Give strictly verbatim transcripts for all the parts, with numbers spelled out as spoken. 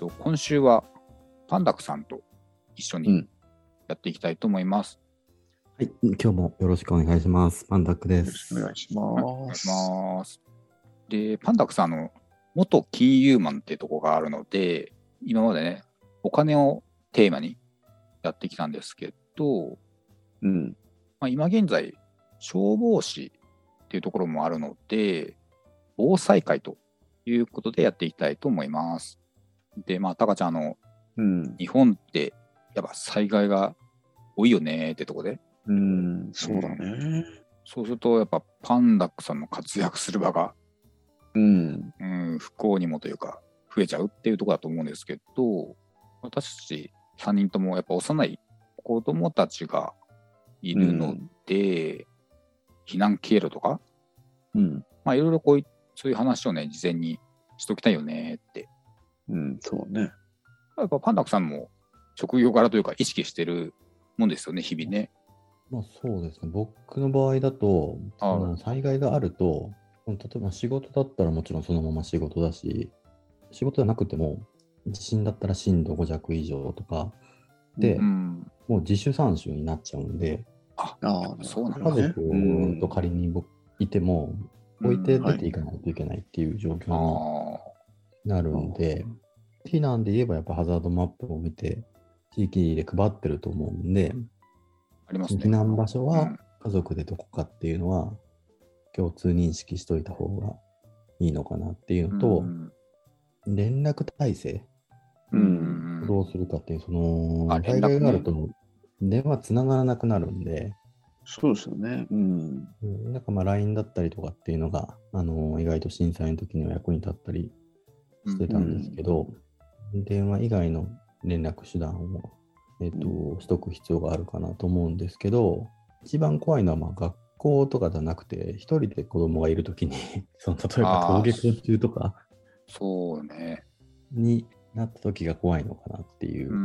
と、今週はパンダクさんと一緒にやっていきたいと思います。 はい、今日もよろしくお願いします。パンダクです。 よろしくお願いします。 はい、お願いします。で、パンダクさんの元金融マンってとこがあるので、今までね、お金をテーマにやってきたんですけど、 うんまあ、今現在、消防士っていうところもあるので、防災会ということでやっていきたいと思います。で、まあ、タカちゃん、あの、 うん、 日本ってやっぱ災害が多いよねってとこで。 うん、そうだね、うん。 そうすると、やっぱパンダクさんの活躍する場が、 うんうん、不幸にもというか、増えちゃうっていうところだと思うんですけど、私たちさんにんともやっぱ幼い子供たちがいるので、うん、避難経路とか、 うん、 まあいろいろこういう、そういう話をね、事前にしときたいよねって。 うん、そうね。 やっぱパンダクさんも職業柄というか意識してるもんですよね、日々ね。 まあそうですね。僕の場合だと、その災害があると、例えば仕事だったらもちろんそのまま仕事だし、仕事じゃなくても、地震だったら震度ご弱以上とかで、うん、もう自主参集になっちゃうんで、 ああ、そうなんだね。家族と仮に僕いても、置いて出ていかないといけないっていう状況になるんで、避難で言えばやっぱハザードマップを見て、地域で配ってると思うんで、 ありますね、 避難場所は家族でどこかっていうのは共通認識しといた方がいいのかなっていうのと、うん、連絡体制、うん、どうするかっていう、その災害があると電話つながらなくなるんで、 そうですよね。うん。 なんかまあ ライン だったりとかっていうのが、あのー、意外と震災の時には役に立ったりしてたんですけど、うん、電話以外の連絡手段を、えーとうん、しとく必要があるかなと思うんですけど、一番怖いのはまあ学校とかじゃなくて、一人で子供がいるときにその例えば登下校中とかそうねになった時が怖いのかなっていう。 うん、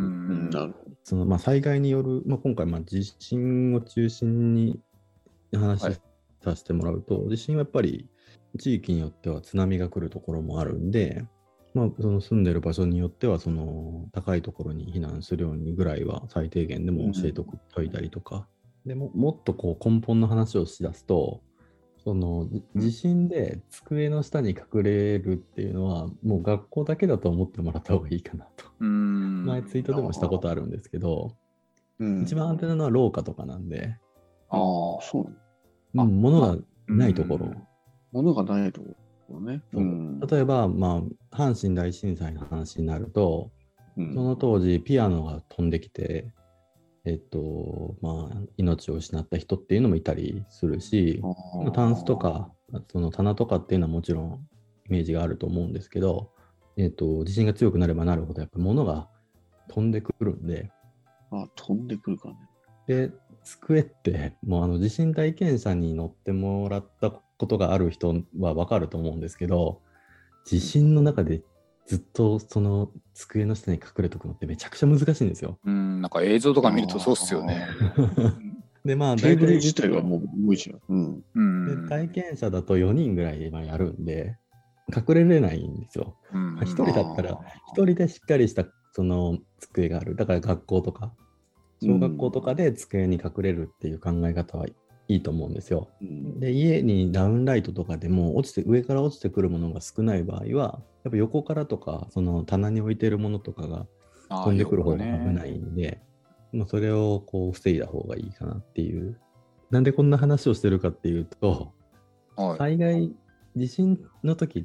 なるほど。 そのまあ災害による、まあ、今回まあ地震を中心に話しさせてもらうと、はい、地震はやっぱり地域によっては津波が来るところもあるんで、まあ、その住んでる場所によってはその高いところに避難するようにぐらいは最低限でも教えておいたりとか、うん、でももっとこう根本の話をしだすと、その地震で机の下に隠れるっていうのはもう学校だけだと思ってもらった方がいいかなと。 うーん、 前ツイートでもしたことあるんですけど、うん、一番安全なのは廊下とかなんで、 ああ、そううん、物がないところ。 物がないところね。 うん、例えば、まあ、阪神大震災の話になると、うん、その当時ピアノが飛んできて、えっとまあ、命を失った人っていうのもいたりするし、タンスとかその棚とかっていうのはもちろんイメージがあると思うんですけど、えっと、地震が強くなればなるほどやっぱ物が飛んでくるんで。 あ、飛んでくるかね。 で、机ってもうあの地震体験者に乗ってもらったことがある人は分かると思うんですけど、地震の中でずっとその机の下に隠れとくのってめちゃくちゃ難しいんですよ。 うん、なんか映像とか見るとそうっすよね。 で、まあ、テーブル自体がもう動いちゃう。うんうん、で体験者だとよにんぐらい今やるんで、隠れれないんですよ。うん、ひとりだったら、ひとりでしっかりしたその机がある。だから学校とか、小学校とかで机に隠れるっていう考え方はいいと思うんですよ。うん、で、家にダウンライトとかでも落ちて上から落ちてくるものが少ない場合は、やっぱ横からとかその棚に置いてるものとかが飛んでくる方が危ないんで、まあ、それをこう防いだ方がいいかなっていう。なんでこんな話をしてるかっていうと、はい、災害地震の時って、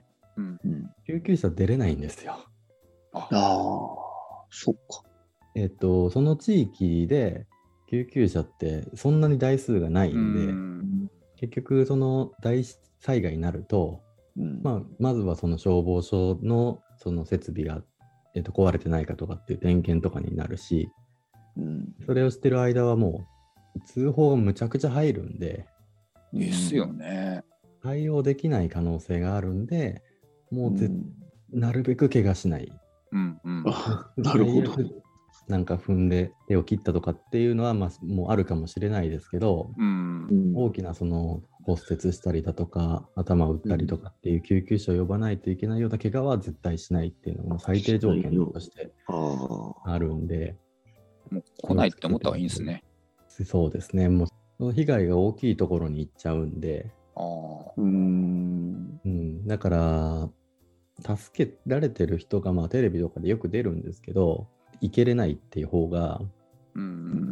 うん、救急車出れないんですよ。 ああ、そっか。 えっと、その地域で救急車ってそんなに台数がないんで、うん、結局その大災害になると、うんまあ、まずはその消防署のその設備が、えっと、壊れてないかとかっていう点検とかになるし、うん、それをしてる間はもう通報がむちゃくちゃ入るんで、 ですよね。 対応できない可能性があるんで、もうぜ、うん、なるべく怪我しない。 うんうん、 なるほど。 なんか踏んで手を切ったとかっていうのは、まあ、もうあるかもしれないですけど、うん、大きなその骨折したりだとか、頭を打ったりとかっていう救急車を呼ばないといけないような怪我は絶対しないっていうのが最低条件としてあるんで。 もう来ないって思った方がいいんですね。 そうですね。もうその被害が大きいところに行っちゃうんで。 あうん、 うん。だから、助けられてる人が、まあテレビとかでよく出るんですけど、行けれないっていう方が、 うん、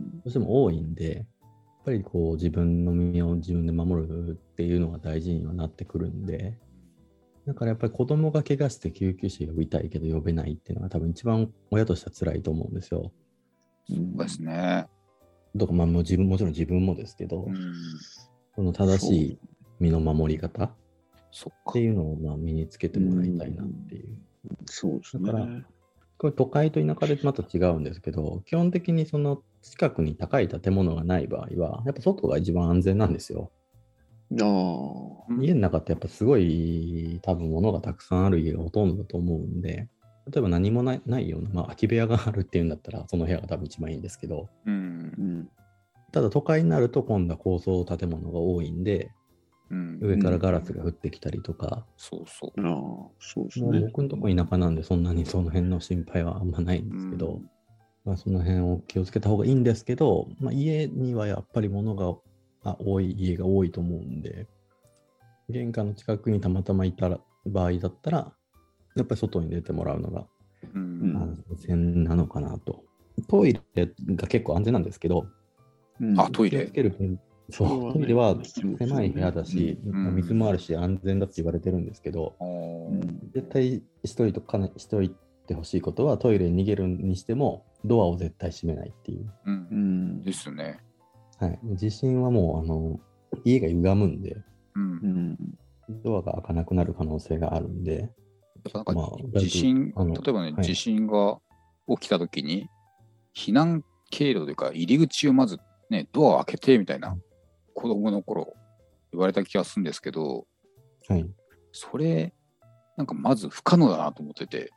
どうしても多いんで、やっぱりこう自分の身を自分で守るっていうのが大事にはなってくるんで、だからやっぱり子供が怪我して救急車呼びたいけど呼べないっていうのが多分一番親としては辛いと思うんですよ。 そうですね。 とかまあもう自分もちろん自分もですけど、 うん、 その正しい身の守り方っそっかていうのをまあ身につけてもらいたいなっていう。 そうですね。 だからこれ都会と田舎でまた違うんですけど、基本的にその近くに高い建物がない場合は、やっぱ外が一番安全なんですよ。 ああ。 家の中ってやっぱすごい多分物がたくさんある家がほとんどだと思うんで、例えば何もない、ないような、まあ、空き部屋があるっていうんだったらその部屋が多分一番いいんですけど、 うんうんただ都会になると今度は高層建物が多いんで、 うん、 上からガラスが降ってきたりとか、 そうそう。 ああ、そうですもうね。 僕のとこ田舎なんでそんなにその辺の心配はあんまないんですけど、 うんまあ、その辺を気をつけた方がいいんですけど、まあ、家にはやっぱり物があ多い家が多いと思うんで、玄関の近くにたまたまいた場合だったら、やっぱり外に出てもらうのがうん安全なのかなと。トイレが結構安全なんですけど、 うんあ、トイレ気をつける点そう、 それはねトイレは必要ですよね狭い部屋だし、 うん水もあるし安全だって言われてるんですけど、 あーうん絶対しといとかねしといてほしいことは、トイレに逃げるにしてもドアを絶対閉めないっていう。 う。 うんんですよね。 はい、地震はもうあの家が歪むんで、 うんう。んドアが開かなくなる可能性があるんで、 なんかまあ地震、 だいぶあの例えばね、 はい地震が起きたときに、避難経路というか、入り口をまずね、ドアを開けてみたいな、子供の頃言われた気がするんですけど、 はい、 それ、なんかまず不可能だなと思ってて、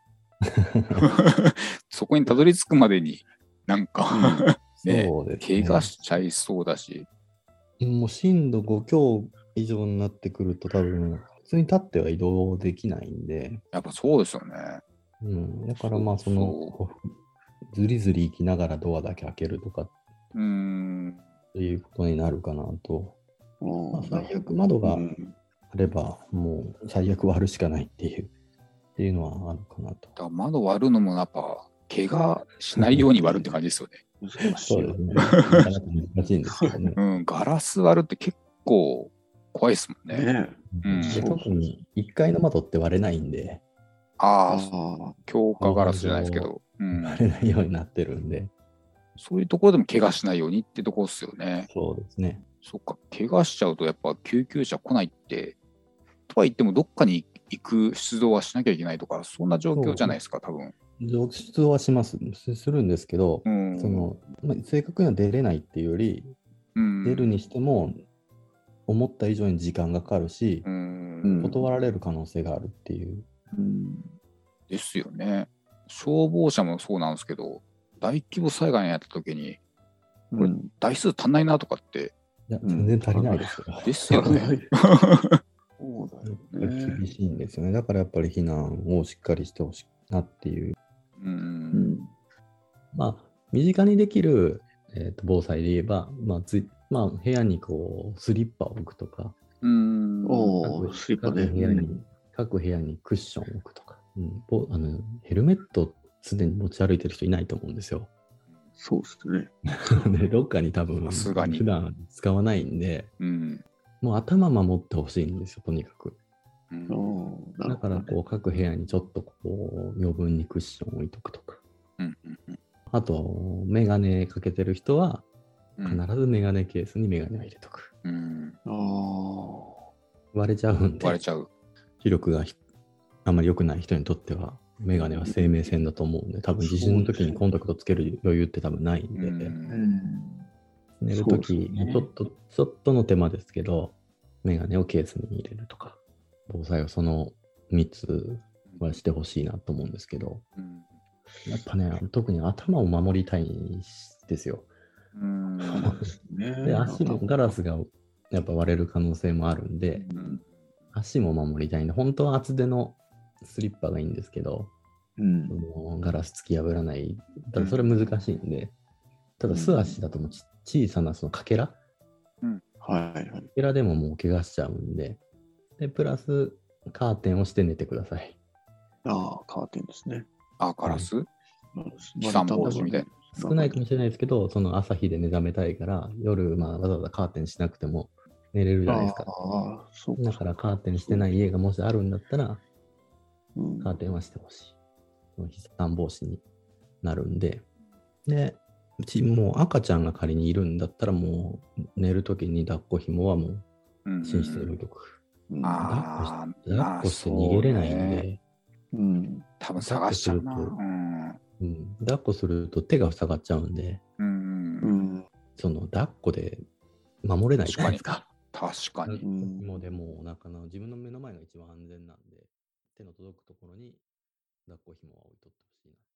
そこにたどり着くまでに、なんかね、 そうですね。 怪我しちゃいそうだし、 もう震度ご強以上になってくると多分普通に立っては移動できないんで、 やっぱそうですよね。 うん、だからまあそそうのずりずり行きながらドアだけ開けるとかっうーん、 ていうことになるかなと。 あまあ、 あ最悪窓がうんあればもう最悪割るしかないっていうっていうのはあるかなと。 だから窓割るのもやっぱ、怪我しないように割るって感じですよね。 難しいよそうですね。 ね。 なかなか難しいんですけどね。 うん、ガラス割るって結構怖いですもんね。 ねうんでそう特にいっかいの窓って割れないんで、 ああ、 あ強化ガラスじゃないですけど、うん、 割れないようになってるんで、 そういうところでも怪我しないようにってところですよね。 そうですね。 そっか、怪我しちゃうとやっぱ救急車来ないって、とは言ってもどっかに行く出動はしなきゃいけないとか、そんな状況じゃないですか、多分。 出動はします、すするんですけど、 うん、 そのまあ、正確には出れないっていうより、 うん、 出るにしても思った以上に時間がかかるし、 うん、 うん断られる可能性があるっていう。 あ、うんですよね。消防車もそうなんですけど、大規模災害にあった時に、これうん台数足んないなとかって、 いや、 うん全然足りないですよ。 ですよね。 そうだよやっぱりね。 厳しいんですよね。だからやっぱり避難をしっかりしてほしいなっていう。 う、 うんんまあ、身近にできる、えーと防災で言えば、まあつまあ、部屋にこうスリッパを置くとか、 うん、 おお、 各スリッパね。 各部屋に、 うん各部屋にクッションを置くとか、うん、ぼあのヘルメットすでに持ち歩いてる人いないと思うんですよ。 そうですね。 でロッカーに多分さすがに普段使わないんで、 うん、 もう頭守ってほしいんですよ、とにかく。 うんああ、なるほどね。 だからこう各部屋にちょっとこう余分にクッションを置いとくとか。 うんうんあと、メガネかけてる人はうん必ずメガネケースにメガネを入れとく。 うん、 ああ、 割れちゃうんで、 割れちゃう。 視力がひあんまり良くない人にとっては、メガネは生命線だと思うんで、多分地震の時にコンタクトつける余裕って多分ないんで、 うんうん。 寝るそう時ですねちょっと、ちょっとの手間ですけど、メガネをケースに入れるとか、防災はそのみっつはしてほしいなと思うんですけど、 うんやっぱね、特に頭を守りたいんですよ。 うんそうですね。 で、足もガラスがやっぱ割れる可能性もあるんで、 うん、 足も守りたいんで、本当は厚手のスリッパがいいんですけど、 うん。 そのガラス突き破らない。ただそれ難しいんで、ただ素足だともうち小さなそのかけら、 うん、 はいはい。 かけらでももう怪我しちゃうんで、で、プラスカーテンをして寝てください。 ああ、カーテンですね。 あ、ガラス、 まあ飛散防止みたいな。 少ないかもしれないですけど、その朝日で目覚めたいから、夜、まあ、わざわざカーテンしなくても寝れるじゃないですか。 ああ、そうだからカーテンしてない家がもしあるんだったら、 うん、 カーテンはしてほしい。その飛散防止になるんで。で、うちもう赤ちゃんが仮にいるんだったら、もう寝るときに抱っこ紐はもう寝室に置いとく。 うん、 ああ、 抱っこして逃げれないんで、 うん、 多分探しちゃうな。 抱っこするとうんうん、抱っこすると手が塞がっちゃうんで、 うんう、ん、 その抱っこで守れないじゃないですか。 確かに。 もうでも、なんかな、自分の目の前が一番安全なんで、手の届くところに抱っこ紐は置いとってほしいな。